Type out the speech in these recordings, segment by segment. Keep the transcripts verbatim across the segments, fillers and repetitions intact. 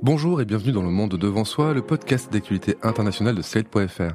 Bonjour et bienvenue dans Le Monde Devant Soi, le podcast d'actualité internationale de Slate point F R.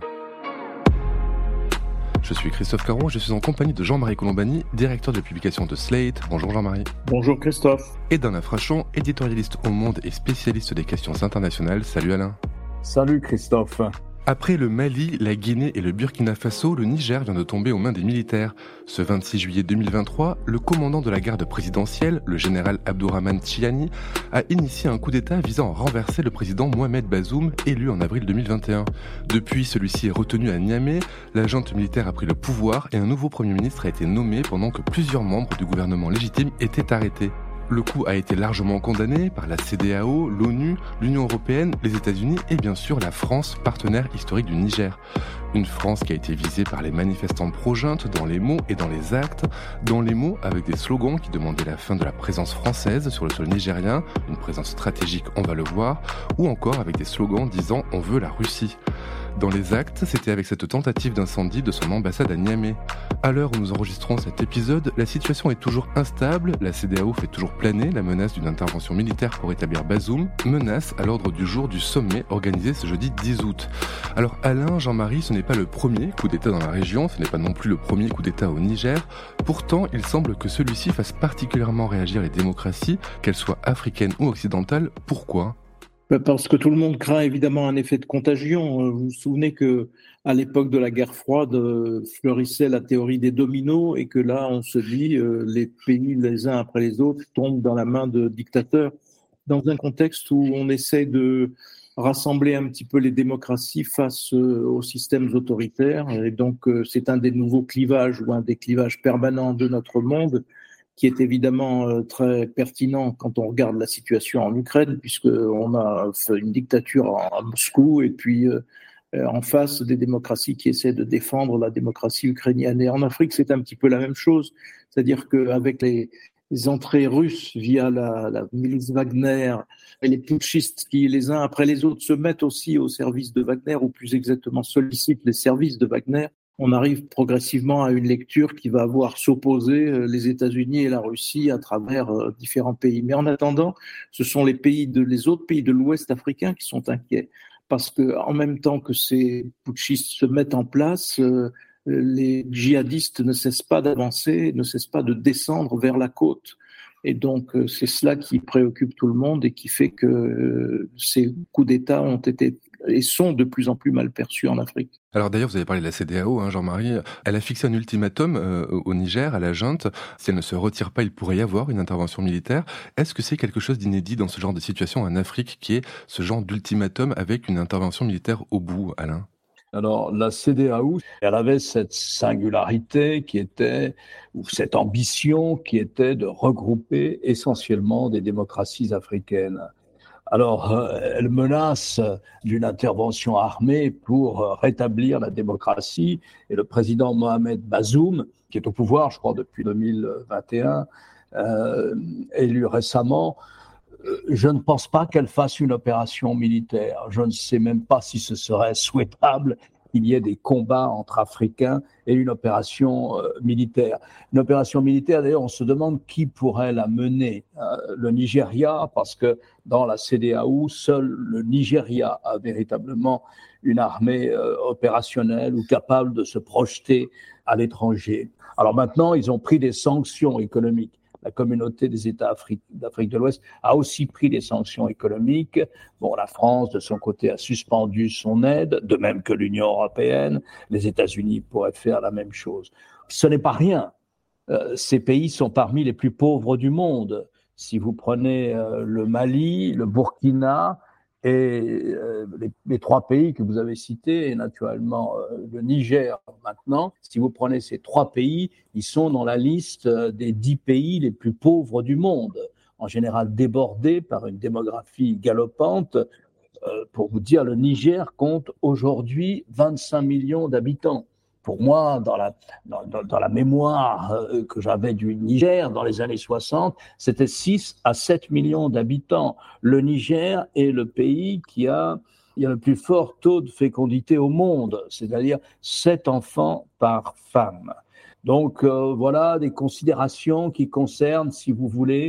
Je suis Christophe Caron et je suis en compagnie de Jean-Marie Colombani, directeur de publication de Slate. Bonjour Jean-Marie. Bonjour Christophe. Et d'Alain Frachon, éditorialiste au Monde et spécialiste des questions internationales. Salut Alain. Salut Christophe. Après le Mali, la Guinée et le Burkina Faso, le Niger vient de tomber aux mains des militaires. Ce vingt-six juillet deux mille vingt-trois, le commandant de la garde présidentielle, le général Abdourahmane Tchiani, a initié un coup d'État visant à renverser le président Mohamed Bazoum, élu en avril deux mille vingt et un. Depuis, celui-ci est retenu à Niamey, la junte militaire a pris le pouvoir et un nouveau Premier ministre a été nommé pendant que plusieurs membres du gouvernement légitime étaient arrêtés. Le coup a été largement condamné par la C E D E A O, l'ONU, l'Union européenne, les États-Unis et bien sûr la France, partenaire historique du Niger. Une France qui a été visée par les manifestants pro-junte dans les mots et dans les actes. Dans les mots, avec des slogans qui demandaient la fin de la présence française sur le sol nigérien, une présence stratégique, on va le voir, ou encore avec des slogans disant « on veut la Russie ». Dans les actes, c'était avec cette tentative d'incendie de son ambassade à Niamey. À l'heure où nous enregistrons cet épisode, la situation est toujours instable, la C E D E A O fait toujours planer la menace d'une intervention militaire pour établir Bazoum, menace à l'ordre du jour du sommet organisé ce jeudi dix août. Alors Alain, Jean-Marie, ce n'est pas le premier coup d'État dans la région, ce n'est pas non plus le premier coup d'État au Niger. Pourtant, il semble que celui-ci fasse particulièrement réagir les démocraties, qu'elles soient africaines ou occidentales. Pourquoi ? Parce que tout le monde craint évidemment un effet de contagion. Vous vous souvenez que à l'époque de la guerre froide fleurissait la théorie des dominos et que là on se dit euh, les pays les uns après les autres tombent dans la main de dictateurs. Dans un contexte où on essaie de rassembler un petit peu les démocraties face euh, aux systèmes autoritaires, et donc euh, c'est un des nouveaux clivages ou un des clivages permanents de notre monde, qui est évidemment euh, très pertinent quand on regarde la situation en Ukraine, puisqu'on a fait une dictature à, à Moscou et puis euh, en face des démocraties qui essaient de défendre la démocratie ukrainienne. Et en Afrique, c'est un petit peu la même chose, c'est-à-dire qu'avec les, les entrées russes via la, la milice Wagner et les putschistes qui, les uns après les autres, se mettent aussi au service de Wagner, ou plus exactement sollicitent les services de Wagner, on arrive progressivement à une lecture qui va voir s'opposer les États-Unis et la Russie à travers différents pays. Mais en attendant, ce sont les pays de, les autres pays de l'Ouest africain qui sont inquiets, parce que en même temps que ces putschistes se mettent en place, euh, les djihadistes ne cessent pas d'avancer, ne cessent pas de descendre vers la côte. Et donc, c'est cela qui préoccupe tout le monde et qui fait que euh, ces coups d'État ont été et sont de plus en plus mal perçus en Afrique. Alors d'ailleurs, vous avez parlé de la C E D E A O, hein, Jean-Marie. Elle a fixé un ultimatum euh, au Niger, à la junte. Si elle ne se retire pas, il pourrait y avoir une intervention militaire. Est-ce que c'est quelque chose d'inédit dans ce genre de situation en Afrique, qui est ce genre d'ultimatum avec une intervention militaire au bout, Alain ? Alors, la C E D E A O, elle avait cette singularité qui était, ou cette ambition qui était de regrouper essentiellement des démocraties africaines. Alors, euh, elle menace d'une intervention armée pour euh, rétablir la démocratie. Et le président Mohamed Bazoum, qui est au pouvoir, je crois, depuis deux mille vingt et un, euh, élu récemment, euh, je ne pense pas qu'elle fasse une opération militaire. Je ne sais même pas si ce serait souhaitable qu'il y ait des combats entre Africains et une opération euh, militaire. Une opération militaire, d'ailleurs, on se demande qui pourrait la mener. Euh, le Nigeria, parce que dans la C E D E A O, seul le Nigeria a véritablement une armée euh, opérationnelle ou capable de se projeter à l'étranger. Alors maintenant, ils ont pris des sanctions économiques. La communauté des États Afri- d'Afrique de l'Ouest a aussi pris des sanctions économiques. Bon, la France, de son côté, a suspendu son aide, de même que l'Union européenne. Les États-Unis pourraient faire la même chose. Ce n'est pas rien. Euh, ces pays sont parmi les plus pauvres du monde. Si vous prenez euh, le Mali, le Burkina et euh, les, les trois pays que vous avez cités, et naturellement euh, le Niger maintenant, si vous prenez ces trois pays, ils sont dans la liste euh, des dix pays les plus pauvres du monde, en général débordés par une démographie galopante. Euh, pour vous dire, le Niger compte aujourd'hui vingt-cinq millions d'habitants. Pour moi, dans la, dans, dans, dans la mémoire euh, que j'avais du Niger dans les années soixante, c'était six à sept millions d'habitants. Le Niger est le pays qui a, il y a le plus fort taux de fécondité au monde, c'est-à-dire sept enfants par femme. Donc euh, voilà des considérations qui concernent, si vous voulez,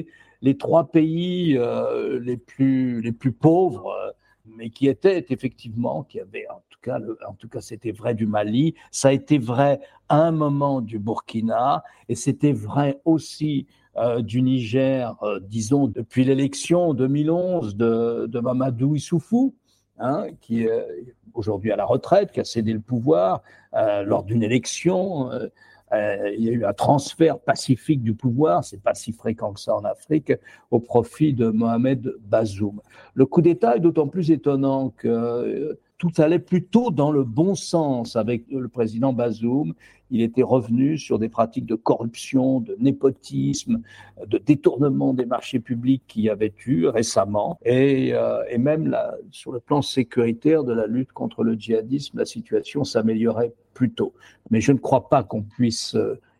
les trois pays euh, les plus les plus pauvres, euh, mais qui étaient effectivement, qui avaient en tout cas, le, en tout cas, c'était vrai du Mali, ça a été vrai à un moment du Burkina, et c'était vrai aussi euh, du Niger, euh, disons depuis l'élection en deux mille onze de, de Mamadou Issoufou, hein, qui est aujourd'hui à la retraite, qui a cédé le pouvoir euh, lors d'une élection. Euh, Euh, il y a eu un transfert pacifique du pouvoir, c'est pas si fréquent que ça en Afrique, au profit de Mohamed Bazoum. Le coup d'État est d'autant plus étonnant que euh, tout allait plutôt dans le bon sens avec le président Bazoum. Il était revenu sur des pratiques de corruption, de népotisme, de détournement des marchés publics qu'il y avait eu récemment. Et, euh, et même là, sur le plan sécuritaire de la lutte contre le djihadisme, la situation s'améliorait plutôt. Mais je ne crois pas qu'on puisse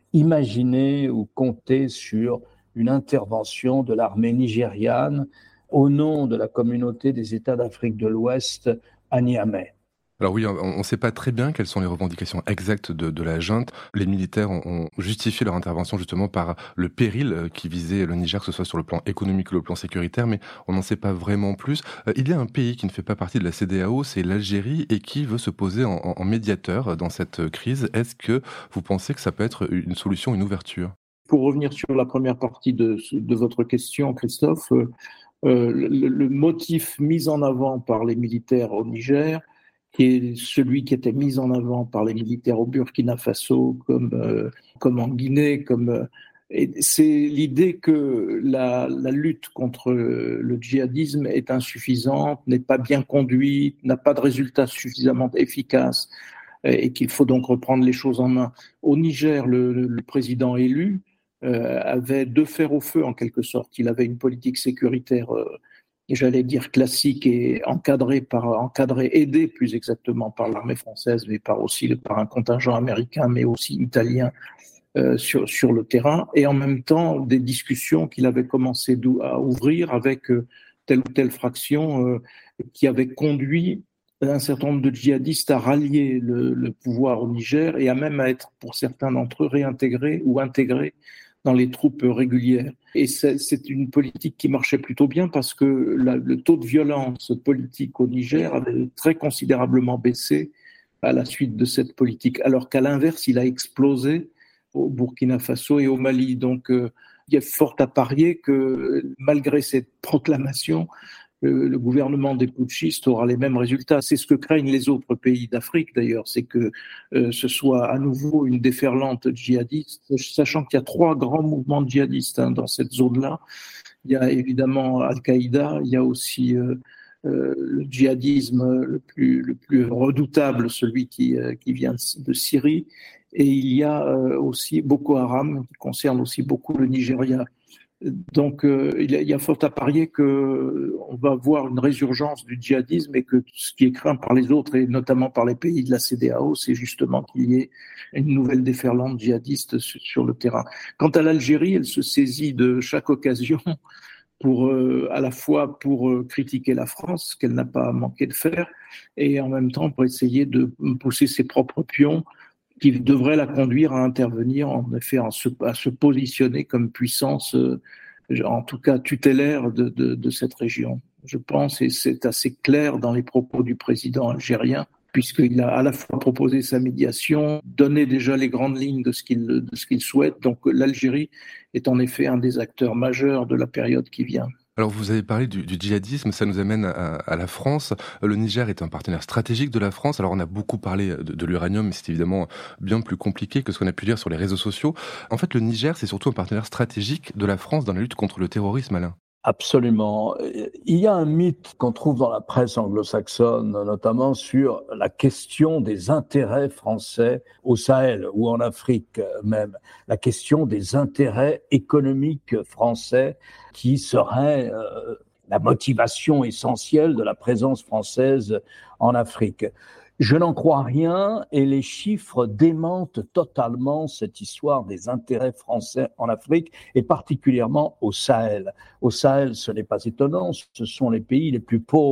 imaginer ou compter sur une intervention de l'armée nigériane au nom de la communauté des États d'Afrique de l'Ouest à Niamey. Alors oui, on ne sait pas très bien quelles sont les revendications exactes de, de la junte. Les militaires ont, ont justifié leur intervention justement par le péril qui visait le Niger, que ce soit sur le plan économique ou le plan sécuritaire, mais on n'en sait pas vraiment plus. Euh, il y a un pays qui ne fait pas partie de la C D A O, c'est l'Algérie, et qui veut se poser en, en médiateur dans cette crise. Est-ce que vous pensez que ça peut être une solution, une ouverture ? Pour revenir sur la première partie de, de votre question, Christophe, euh, le, le motif mis en avant par les militaires au Niger, qui est celui qui était mis en avant par les militaires au Burkina Faso, comme, euh, comme en Guinée, comme, euh, et c'est l'idée que la, la lutte contre le djihadisme est insuffisante, n'est pas bien conduite, n'a pas de résultats suffisamment efficaces, et qu'il faut donc reprendre les choses en main. Au Niger, le, le président élu euh, avait deux fers au feu en quelque sorte. Il avait une politique sécuritaire euh, j'allais dire classique et encadré par encadré aidé plus exactement par l'armée française, mais par aussi par un contingent américain, mais aussi italien euh, sur sur le terrain, et en même temps des discussions qu'il avait commencé à ouvrir avec euh, telle ou telle fraction euh, qui avait conduit un certain nombre de djihadistes à rallier le, le pouvoir au Niger et à même à être pour certains d'entre eux réintégrés ou intégrés dans les troupes régulières. Et c'est, c'est une politique qui marchait plutôt bien parce que la, le taux de violence politique au Niger avait très considérablement baissé à la suite de cette politique, alors qu'à l'inverse, il a explosé au Burkina Faso et au Mali. Donc, euh, il y a fort à parier que malgré cette proclamation, le, le gouvernement des putschistes aura les mêmes résultats. C'est ce que craignent les autres pays d'Afrique d'ailleurs, c'est que euh, ce soit à nouveau une déferlante djihadiste, sachant qu'il y a trois grands mouvements djihadistes hein, dans cette zone-là. Il y a évidemment Al-Qaïda, il y a aussi euh, euh, le djihadisme le plus, le plus redoutable, celui qui, euh, qui vient de Syrie, et il y a euh, aussi Boko Haram, qui concerne aussi beaucoup le Nigeria. Donc, euh, il y a fort à parier qu'on va voir une résurgence du djihadisme et que ce qui est craint par les autres, et notamment par les pays de la C D A O, c'est justement qu'il y ait une nouvelle déferlante djihadiste sur le terrain. Quant à l'Algérie, elle se saisit de chaque occasion pour, euh, à la fois pour euh, critiquer la France, ce qu'elle n'a pas manqué de faire, et en même temps pour essayer de pousser ses propres pions qui devrait la conduire à intervenir, en effet, en se, à se positionner comme puissance, euh, en tout cas tutélaire de, de, de cette région. Je pense, et c'est assez clair dans les propos du président algérien, puisqu'il a à la fois proposé sa médiation, donné déjà les grandes lignes de ce qu'il, de ce qu'il souhaite. Donc l'Algérie est en effet un des acteurs majeurs de la période qui vient. Alors vous avez parlé du, du djihadisme, ça nous amène à, à la France. Le Niger est un partenaire stratégique de la France. Alors on a beaucoup parlé de, de l'uranium, mais c'est évidemment bien plus compliqué que ce qu'on a pu lire sur les réseaux sociaux. En fait, le Niger, c'est surtout un partenaire stratégique de la France dans la lutte contre le terrorisme, Alain. Absolument. Il y a un mythe qu'on trouve dans la presse anglo-saxonne, notamment sur la question des intérêts français au Sahel ou en Afrique même. La question des intérêts économiques français qui seraient euh, la motivation essentielle de la présence française en Afrique. Je n'en crois rien et les chiffres démentent totalement cette histoire des intérêts français en Afrique et particulièrement au Sahel. Au Sahel, ce n'est pas étonnant, ce sont les pays les plus pauvres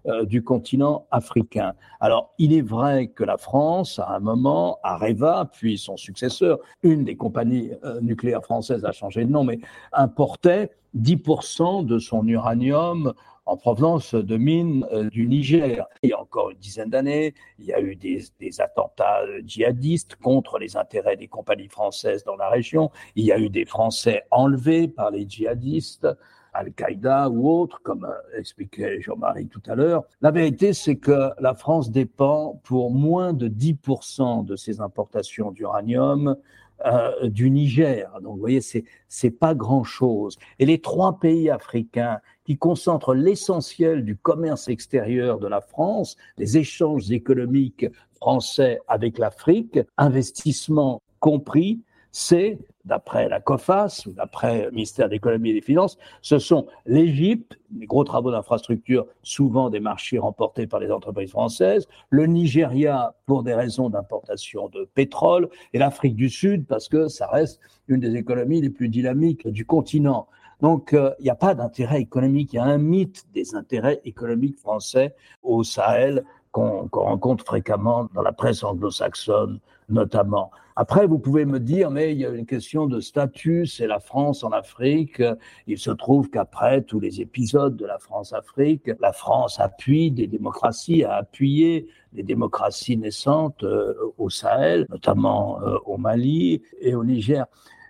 euh, du continent africain. Alors, il est vrai que la France, à un moment, Areva, puis son successeur, une des compagnies euh, nucléaires françaises a changé de nom, mais importait dix pour cent de son uranium en provenance de mines euh, du Niger. Il y a encore une dizaine d'années, il y a eu des, des attentats djihadistes contre les intérêts des compagnies françaises dans la région. Il y a eu des Français enlevés par les djihadistes, Al-Qaïda ou autres, comme euh, expliquait Jean-Marie tout à l'heure. La vérité, c'est que la France dépend pour moins de dix pour cent de ses importations d'uranium Euh, du Niger. Donc, vous voyez, c'est, c'est pas grand-chose. Et les trois pays africains qui concentrent l'essentiel du commerce extérieur de la France, les échanges économiques français avec l'Afrique, investissements compris, c'est, d'après la COFAS, ou d'après le ministère de l'économie et des finances, ce sont l'Égypte, les gros travaux d'infrastructure, souvent des marchés remportés par les entreprises françaises, le Nigeria pour des raisons d'importation de pétrole, et l'Afrique du Sud parce que ça reste une des économies les plus dynamiques du continent. Donc, euh, il n'y a pas d'intérêt économique, il y a un mythe des intérêts économiques français au Sahel qu'on, qu'on rencontre fréquemment dans la presse anglo-saxonne notamment. Après, vous pouvez me dire, mais il y a une question de statut, c'est la France en Afrique. Il se trouve qu'après tous les épisodes de la France-Afrique, la France appuie des démocraties, a appuyé des démocraties naissantes euh, au Sahel, notamment euh, au Mali et au Niger.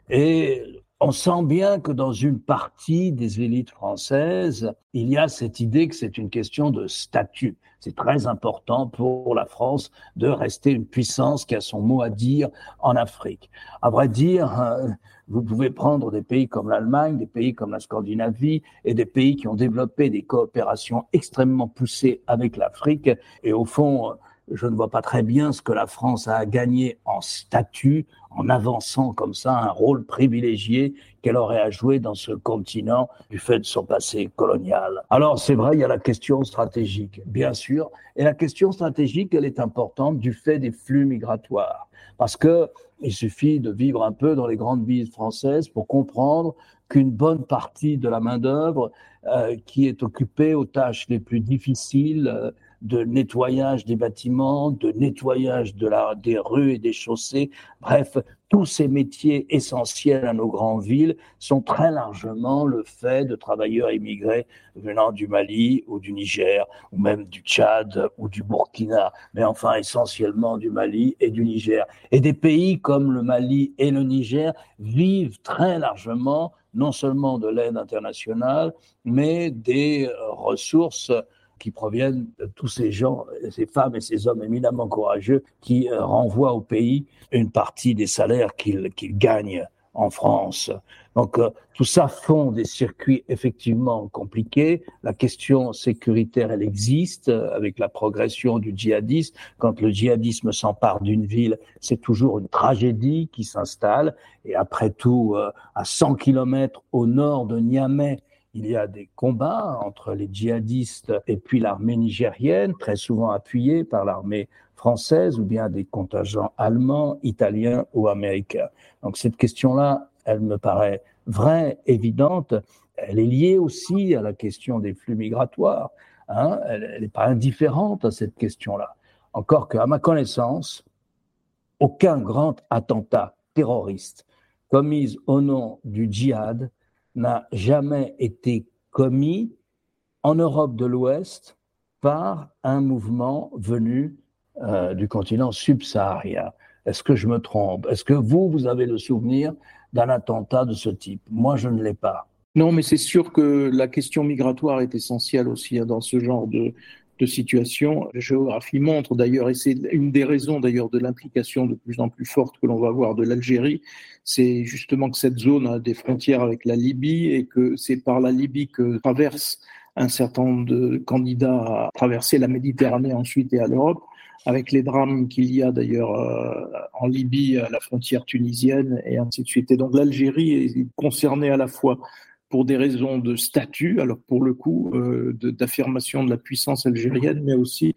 Et on sent bien que dans une partie des élites françaises, il y a cette idée que c'est une question de statut. C'est très important pour la France de rester une puissance qui a son mot à dire en Afrique. À vrai dire, vous pouvez prendre des pays comme l'Allemagne, des pays comme la Scandinavie et des pays qui ont développé des coopérations extrêmement poussées avec l'Afrique. Et au fond, je ne vois pas très bien ce que la France a à gagner en statut, en avançant comme ça un rôle privilégié qu'elle aurait à jouer dans ce continent du fait de son passé colonial. Alors c'est vrai, il y a la question stratégique, bien sûr, et la question stratégique, elle est importante du fait des flux migratoires, parce que il suffit de vivre un peu dans les grandes villes françaises pour comprendre qu'une bonne partie de la main-d'œuvre euh, qui est occupée aux tâches les plus difficiles, euh, de nettoyage des bâtiments, de nettoyage de la, des rues et des chaussées. Bref, tous ces métiers essentiels à nos grandes villes sont très largement le fait de travailleurs immigrés venant du Mali ou du Niger, ou même du Tchad ou du Burkina, mais enfin essentiellement du Mali et du Niger. Et des pays comme le Mali et le Niger vivent très largement non seulement de l'aide internationale, mais des ressources qui proviennent de tous ces gens, ces femmes et ces hommes éminemment courageux qui euh, renvoient au pays une partie des salaires qu'ils, qu'ils gagnent en France. Donc euh, tout ça font des circuits effectivement compliqués. La question sécuritaire, elle existe euh, avec la progression du djihadisme. Quand le djihadisme s'empare d'une ville, c'est toujours une tragédie qui s'installe. Et après tout, euh, à cent kilomètres au nord de Niamey, il y a des combats entre les djihadistes et puis l'armée nigérienne, très souvent appuyée par l'armée française ou bien des contingents allemands, italiens ou américains. Donc cette question-là, elle me paraît vraie, évidente. Elle est liée aussi à la question des flux migratoires. Hein. Elle n'est pas indifférente à cette question-là. Encore qu'à ma connaissance, aucun grand attentat terroriste commis au nom du djihad n'a jamais été commis en Europe de l'Ouest par un mouvement venu euh, du continent subsaharien. Est-ce que je me trompe? Est-ce que vous, vous avez le souvenir d'un attentat de ce type? Moi, je ne l'ai pas. Non, mais c'est sûr que la question migratoire est essentielle aussi dans ce genre de, de situation. La géographie montre d'ailleurs, et c'est une des raisons d'ailleurs de l'implication de plus en plus forte que l'on va avoir de l'Algérie, c'est justement que cette zone a des frontières avec la Libye et que c'est par la Libye que traverse un certain nombre de candidats à traverser la Méditerranée ensuite et à l'Europe, avec les drames qu'il y a d'ailleurs euh, en Libye, à la frontière tunisienne et ainsi de suite. Et donc l'Algérie est concernée à la fois pour des raisons de statut, alors pour le coup, euh, de, d'affirmation de la puissance algérienne, mais aussi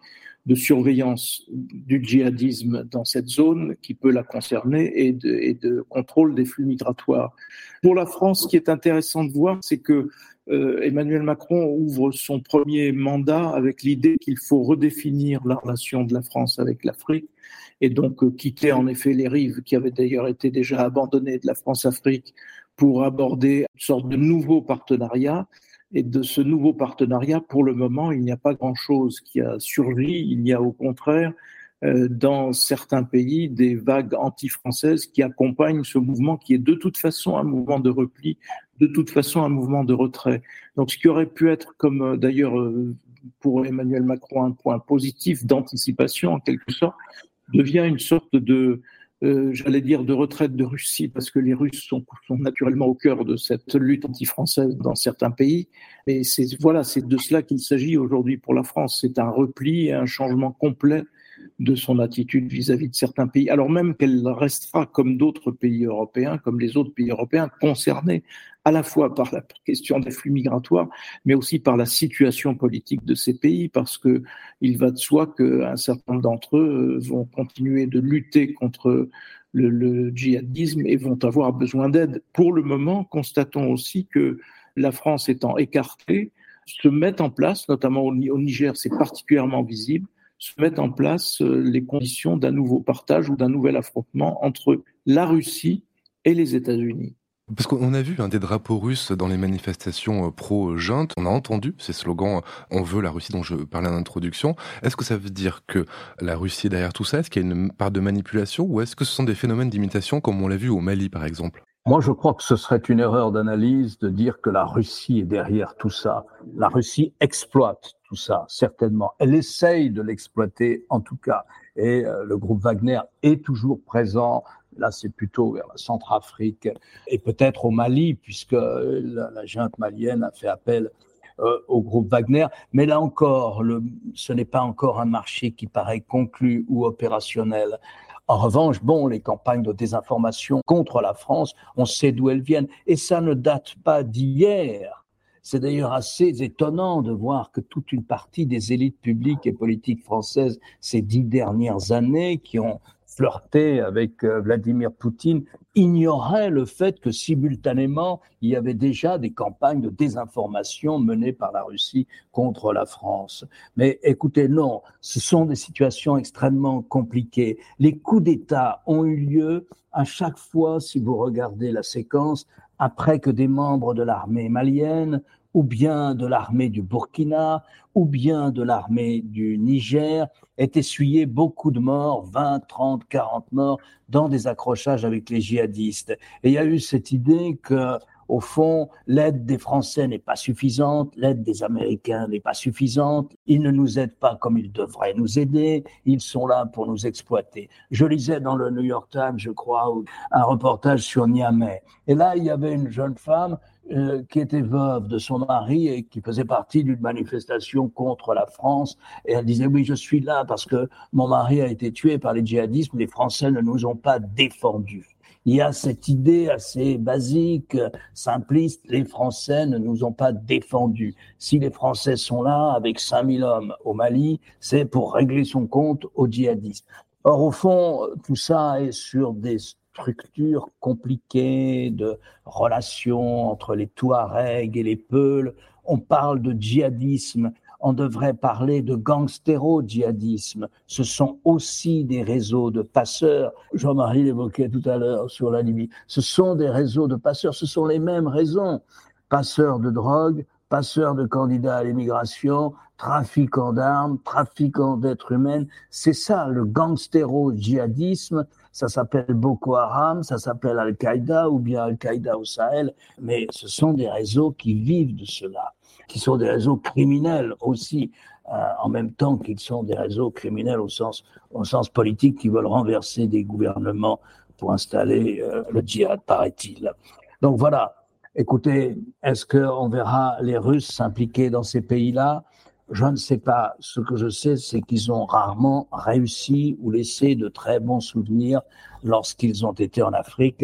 de surveillance du djihadisme dans cette zone qui peut la concerner et de, et de contrôle des flux migratoires. Pour la France, ce qui est intéressant de voir, c'est que euh, Emmanuel Macron ouvre son premier mandat avec l'idée qu'il faut redéfinir la relation de la France avec l'Afrique et donc euh, quitter en effet les rives qui avaient d'ailleurs été déjà abandonnées de la France-Afrique pour aborder une sorte de nouveau partenariat. Et de ce nouveau partenariat, pour le moment, il n'y a pas grand-chose qui a surgi. Il y a au contraire, euh, dans certains pays, des vagues anti-françaises qui accompagnent ce mouvement qui est de toute façon un mouvement de repli, de toute façon un mouvement de retrait. Donc ce qui aurait pu être, comme euh, d'ailleurs euh, pour Emmanuel Macron, un point positif d'anticipation en quelque sorte, devient une sorte de... Euh, j'allais dire de retraite de Russie, parce que les Russes sont, sont naturellement au cœur de cette lutte anti-française dans certains pays. Et c'est, voilà, c'est de cela qu'il s'agit aujourd'hui pour la France. C'est un repli et un changement complet de son attitude vis-à-vis de certains pays, alors même qu'elle restera, comme d'autres pays européens, comme les autres pays européens, concernés à la fois par la question des flux migratoires, mais aussi par la situation politique de ces pays, parce que il va de soi qu'un certain nombre d'entre eux vont continuer de lutter contre le, le djihadisme et vont avoir besoin d'aide. Pour le moment, constatons aussi que la France étant écartée, se met en place, notamment au Niger, c'est particulièrement visible, se mettent en place les conditions d'un nouveau partage ou d'un nouvel affrontement entre la Russie et les États-Unis. Parce qu'on a vu hein, des drapeaux russes dans les manifestations pro-junte. On a entendu ces slogans « On veut la Russie » dont je parlais en introduction. Est-ce que ça veut dire que la Russie est derrière tout ça ? Est-ce qu'il y a une part de manipulation ou est-ce que ce sont des phénomènes d'imitation comme on l'a vu au Mali par exemple ? Moi, je crois que ce serait une erreur d'analyse de dire que la Russie est derrière tout ça. La Russie exploite tout ça, certainement. Elle essaye de l'exploiter, en tout cas. Et euh, le groupe Wagner est toujours présent. Là, c'est plutôt vers la Centrafrique et peut-être au Mali, puisque la, la junte malienne a fait appel euh, au groupe Wagner. Mais là encore, le, ce n'est pas encore un marché qui paraît conclu ou opérationnel. En revanche, bon, les campagnes de désinformation contre la France, on sait d'où elles viennent. Et ça ne date pas d'hier. C'est d'ailleurs assez étonnant de voir que toute une partie des élites publiques et politiques françaises ces dix dernières années qui ont flirté avec Vladimir Poutine ignoraient le fait que simultanément, il y avait déjà des campagnes de désinformation menées par la Russie contre la France. Mais écoutez, non, ce sont des situations extrêmement compliquées. Les coups d'État ont eu lieu à chaque fois, si vous regardez la séquence, après que des membres de l'armée malienne ou bien de l'armée du Burkina, ou bien de l'armée du Niger, aient essuyé beaucoup de morts, vingt, trente, quarante morts, dans des accrochages avec les djihadistes. Et il y a eu cette idée que, au fond, l'aide des Français n'est pas suffisante, l'aide des Américains n'est pas suffisante, ils ne nous aident pas comme ils devraient nous aider, ils sont là pour nous exploiter. Je lisais dans le New York Times, je crois, un reportage sur Niamey. Et là, il y avait une jeune femme Euh, qui était veuve de son mari et qui faisait partie d'une manifestation contre la France. Et elle disait, oui, je suis là parce que mon mari a été tué par les djihadistes, les Français ne nous ont pas défendus. Il y a cette idée assez basique, simpliste, les Français ne nous ont pas défendus. Si les Français sont là avec cinq mille hommes au Mali, c'est pour régler son compte aux djihadistes. Or, au fond, tout ça est sur des structures compliquées de relations entre les Touaregs et les Peuls. On parle de djihadisme, on devrait parler de gangstéro-djihadisme. Ce sont aussi des réseaux de passeurs. Jean-Marie l'évoquait tout à l'heure sur la Libye. Ce sont des réseaux de passeurs, ce sont les mêmes raisons. Passeurs de drogue, passeurs de candidats à l'immigration, trafiquants d'armes, trafiquants d'êtres humains. C'est ça, le gangstéro-djihadisme. Ça s'appelle Boko Haram, ça s'appelle Al-Qaïda ou bien Al-Qaïda au Sahel. Mais ce sont des réseaux qui vivent de cela, qui sont des réseaux criminels aussi, euh, en même temps qu'ils sont des réseaux criminels au sens, au sens politique qui veulent renverser des gouvernements pour installer euh, le djihad, paraît-il. Donc voilà. Écoutez, est-ce qu'on verra les Russes s'impliquer dans ces pays-là ? Je ne sais pas. Ce que je sais, c'est qu'ils ont rarement réussi ou laissé de très bons souvenirs lorsqu'ils ont été en Afrique,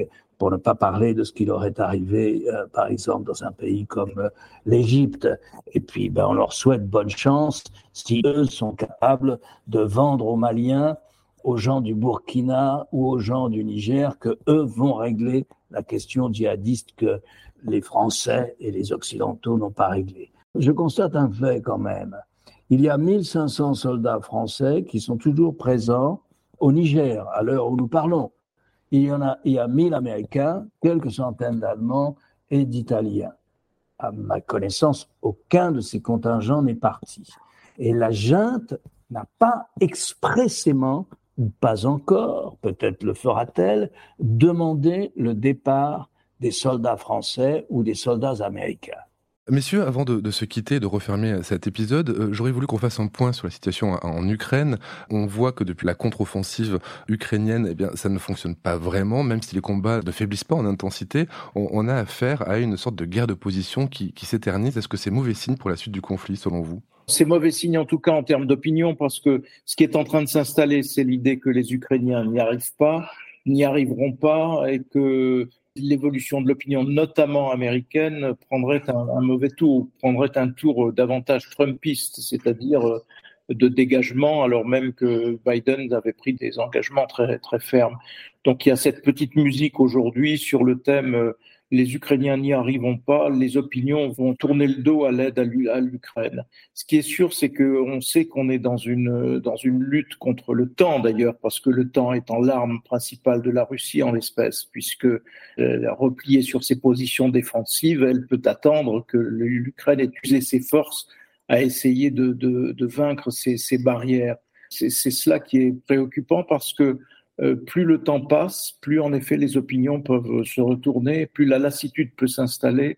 pour ne pas parler de ce qui leur est arrivé, euh, par exemple, dans un pays comme euh, l'Égypte. Et puis, ben, on leur souhaite bonne chance si eux sont capables de vendre aux Maliens, aux gens du Burkina ou aux gens du Niger, que eux vont régler la question djihadiste que les Français et les Occidentaux n'ont pas réglée. Je constate un fait quand même. Il y a mille cinq cents soldats français qui sont toujours présents au Niger, à l'heure où nous parlons. Il y en a, il y a mille Américains, quelques centaines d'Allemands et d'Italiens. À ma connaissance, aucun de ces contingents n'est parti. Et la junte n'a pas expressément, ou pas encore, peut-être le fera-t-elle, demandé le départ des soldats français ou des soldats américains. Messieurs, avant de, de se quitter, de refermer cet épisode, euh, j'aurais voulu qu'on fasse un point sur la situation en, en Ukraine. On voit que depuis la contre-offensive ukrainienne, eh bien, ça ne fonctionne pas vraiment, même si les combats ne faiblissent pas en intensité. On, on a affaire à une sorte de guerre de position qui, qui s'éternise. Est-ce que c'est mauvais signe pour la suite du conflit, selon vous ? C'est mauvais signe en tout cas en termes d'opinion, parce que ce qui est en train de s'installer, c'est l'idée que les Ukrainiens n'y arrivent pas, n'y arriveront pas, et que l'évolution de l'opinion, notamment américaine, prendrait un, un mauvais tour, prendrait un tour davantage trumpiste, c'est-à-dire de dégagement, alors même que Biden avait pris des engagements très, très fermes. Donc il y a cette petite musique aujourd'hui sur le thème « les Ukrainiens n'y arriveront pas, les opinions vont tourner le dos à l'aide à l'Ukraine ». Ce qui est sûr, c'est qu'on sait qu'on est dans une, dans une lutte contre le temps d'ailleurs, parce que le temps étant l'arme principale de la Russie en l'espèce, puisque euh, repliée sur ses positions défensives, elle peut attendre que l'Ukraine ait usé ses forces à essayer de, de, de vaincre ces, ces barrières. C'est, c'est cela qui est préoccupant, parce que Euh, plus le temps passe, plus en effet les opinions peuvent se retourner, plus la lassitude peut s'installer.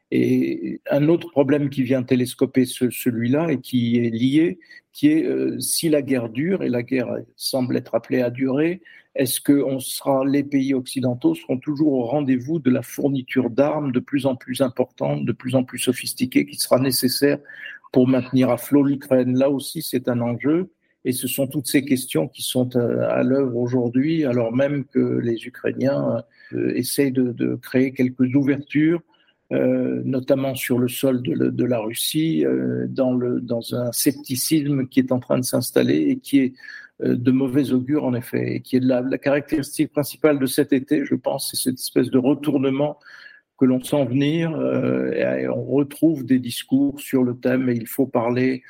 Et un autre problème qui vient télescoper ce, celui-là et qui est lié, qui est euh, si la guerre dure, et la guerre semble être appelée à durer, est-ce que on sera, les pays occidentaux seront toujours au rendez-vous de la fourniture d'armes de plus en plus importante, de plus en plus sophistiquée, qui sera nécessaire pour maintenir à flot l'Ukraine? Là aussi, c'est un enjeu. Et ce sont toutes ces questions qui sont à, à l'œuvre aujourd'hui, alors même que les Ukrainiens euh, essayent de, de créer quelques ouvertures, euh, notamment sur le sol de, de la Russie, euh, dans, le, dans un scepticisme qui est en train de s'installer et qui est euh, de mauvais augure en effet, et qui est de la, la caractéristique principale de cet été, je pense, c'est cette espèce de retournement que l'on sent venir, euh, et on retrouve des discours sur le thème et il faut parler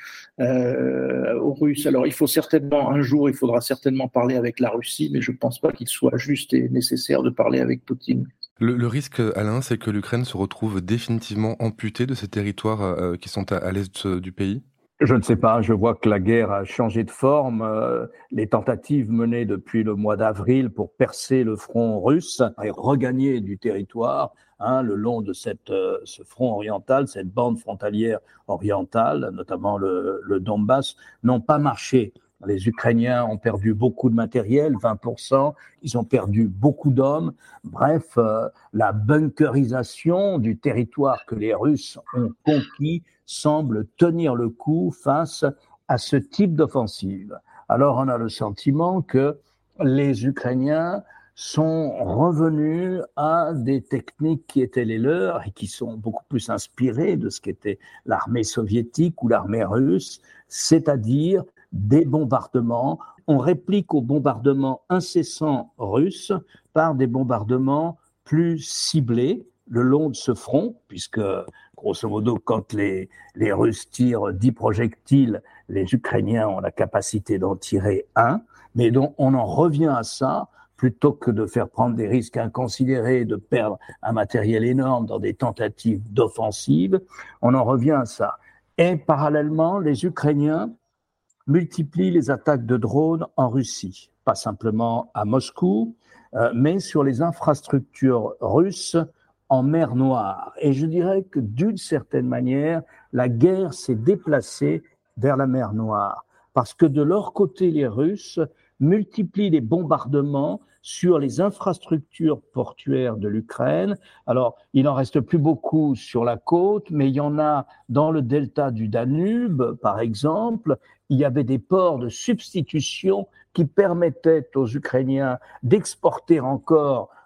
euh, aux Russes. Alors il faut certainement, un jour, il faudra certainement parler avec la Russie, mais je ne pense pas qu'il soit juste et nécessaire de parler avec Poutine. Le, le risque, Alain, c'est que l'Ukraine se retrouve définitivement amputée de ces territoires euh, qui sont à, à l'est du pays ? Je ne sais pas, je vois que la guerre a changé de forme. Euh, les tentatives menées depuis le mois d'avril pour percer le front russe et regagner du territoire hein, le long de cette, euh, ce front oriental, cette bande frontalière orientale, notamment le, le Donbass, n'ont pas marché. Les Ukrainiens ont perdu beaucoup de matériel, vingt pour cent, ils ont perdu beaucoup d'hommes. Bref, euh, la bunkerisation du territoire que les Russes ont conquis semble tenir le coup face à ce type d'offensive. Alors on a le sentiment que les Ukrainiens sont revenus à des techniques qui étaient les leurs et qui sont beaucoup plus inspirées de ce qu'était l'armée soviétique ou l'armée russe, c'est-à-dire des bombardements. On réplique aux bombardements incessants russes par des bombardements plus ciblés le long de ce front, puisque grosso modo, quand les, les Russes tirent dix projectiles, les Ukrainiens ont la capacité d'en tirer un, mais donc on en revient à ça, plutôt que de faire prendre des risques inconsidérés, de perdre un matériel énorme dans des tentatives d'offensive, on en revient à ça. Et parallèlement, les Ukrainiens multiplient les attaques de drones en Russie, pas simplement à Moscou, euh, mais sur les infrastructures russes en mer Noire. Et je dirais que d'une certaine manière, la guerre s'est déplacée vers la mer Noire, parce que de leur côté, les Russes multiplient les bombardements sur les infrastructures portuaires de l'Ukraine. Alors, il n'en reste plus beaucoup sur la côte, mais il y en a dans le delta du Danube, par exemple. Il y avait des ports de substitution qui permettaient aux Ukrainiens d'exporter encore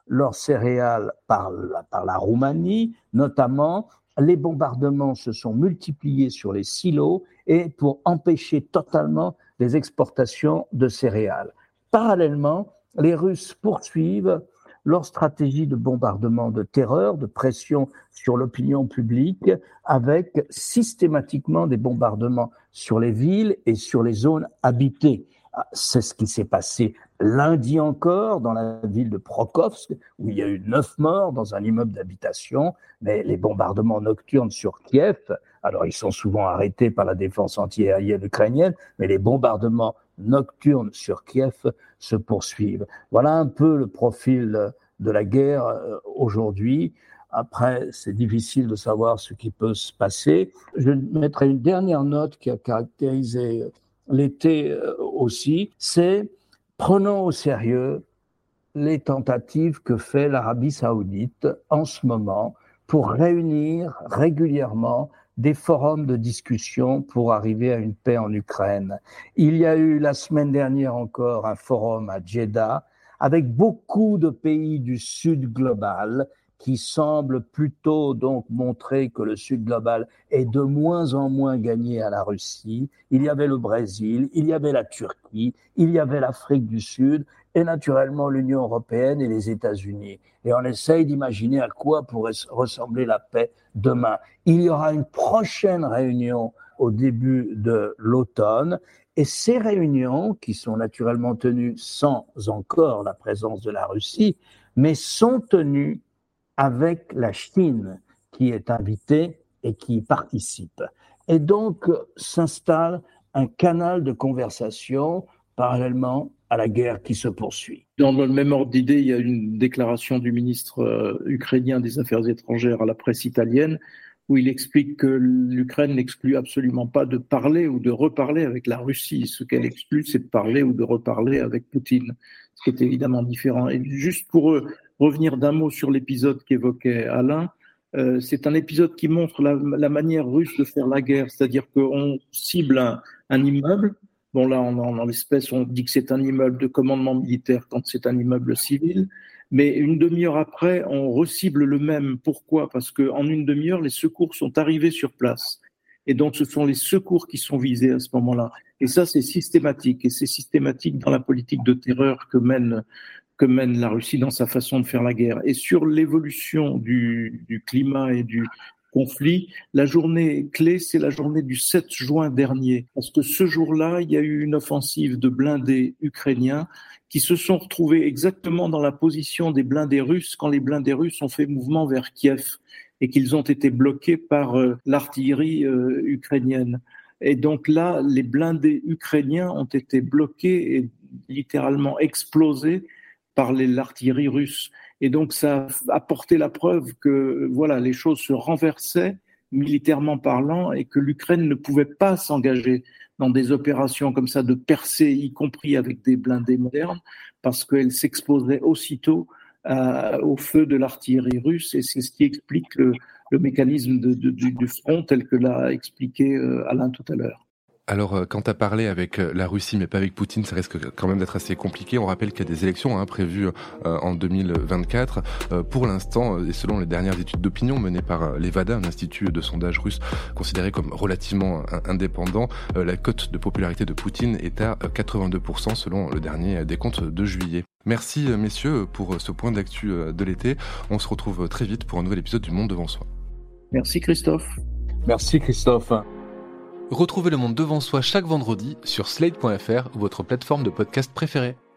leurs céréales par la, par la Roumanie, notamment. Les bombardements se sont multipliés sur les silos et pour empêcher totalement les exportations de céréales. Parallèlement, les Russes poursuivent leur stratégie de bombardement de terreur, de pression sur l'opinion publique, avec systématiquement des bombardements sur les villes et sur les zones habitées. C'est ce qui s'est passé lundi encore dans la ville de Prokhovsk, où il y a eu neuf morts dans un immeuble d'habitation. Mais les bombardements nocturnes sur Kiev, alors ils sont souvent arrêtés par la défense antiaérienne ukrainienne, mais les bombardements nocturnes sur Kiev se poursuivent. Voilà un peu le profil de la guerre aujourd'hui. Après, c'est difficile de savoir ce qui peut se passer. Je mettrai une dernière note qui a caractérisé l'été aussi, c'est prenons au sérieux les tentatives que fait l'Arabie saoudite en ce moment pour réunir régulièrement des forums de discussion pour arriver à une paix en Ukraine. Il y a eu la semaine dernière encore un forum à Jeddah avec beaucoup de pays du Sud global qui semble plutôt donc montrer que le Sud global est de moins en moins gagné à la Russie. Il y avait le Brésil, il y avait la Turquie, il y avait l'Afrique du Sud et naturellement l'Union européenne et les États-Unis. Et on essaye d'imaginer à quoi pourrait ressembler la paix demain. Il y aura une prochaine réunion au début de l'automne et ces réunions, qui sont naturellement tenues sans encore la présence de la Russie, mais sont tenues avec la Chine qui est invitée et qui y participe. Et donc s'installe un canal de conversation parallèlement à la guerre qui se poursuit. Dans le même ordre d'idée, il y a une déclaration du ministre euh, ukrainien des Affaires étrangères à la presse italienne où il explique que l'Ukraine n'exclut absolument pas de parler ou de reparler avec la Russie. Ce qu'elle exclut, c'est de parler ou de reparler avec Poutine, ce qui est évidemment différent. Et juste pour eux, revenir d'un mot sur l'épisode qu'évoquait Alain, euh, c'est un épisode qui montre la, la manière russe de faire la guerre, c'est-à-dire qu'on cible un, un immeuble. Bon là, en, en, en l'espèce, on dit que c'est un immeuble de commandement militaire quand c'est un immeuble civil, mais une demi-heure après, on recible le même. Pourquoi ? Parce qu'en une demi-heure, les secours sont arrivés sur place. Et donc, ce sont les secours qui sont visés à ce moment-là. Et ça, c'est systématique. Et c'est systématique dans la politique de terreur que mène que mène la Russie dans sa façon de faire la guerre. Et sur l'évolution du, du climat et du conflit, la journée clé, c'est la journée du sept juin dernier. Parce que ce jour-là, il y a eu une offensive de blindés ukrainiens qui se sont retrouvés exactement dans la position des blindés russes quand les blindés russes ont fait mouvement vers Kiev et qu'ils ont été bloqués par euh, l'artillerie euh, ukrainienne. Et donc là, les blindés ukrainiens ont été bloqués et littéralement explosés par les, l'artillerie russe. Et donc, ça a apporté la preuve que voilà, les choses se renversaient militairement parlant et que l'Ukraine ne pouvait pas s'engager dans des opérations comme ça de percée, y compris avec des blindés modernes, parce qu'elle s'exposait aussitôt à, au feu de l'artillerie russe. Et c'est ce qui explique le, le mécanisme de, de, du, du front tel que l'a expliqué euh, Alain tout à l'heure. Alors, quand tu as parlé avec la Russie, mais pas avec Poutine, ça risque quand même d'être assez compliqué. On rappelle qu'il y a des élections hein, prévues euh, en deux mille vingt-quatre. Euh, pour l'instant, et selon les dernières études d'opinion menées par Levada, un institut de sondage russe considéré comme relativement indépendant, euh, la cote de popularité de Poutine est à quatre-vingt-deux pour cent selon le dernier décompte de juillet. Merci messieurs pour ce point d'actu de l'été. On se retrouve très vite pour un nouvel épisode du Monde devant soi. Merci Christophe. Merci Christophe. Retrouvez Le Monde devant soi chaque vendredi sur slate point f r ou votre plateforme de podcast préférée.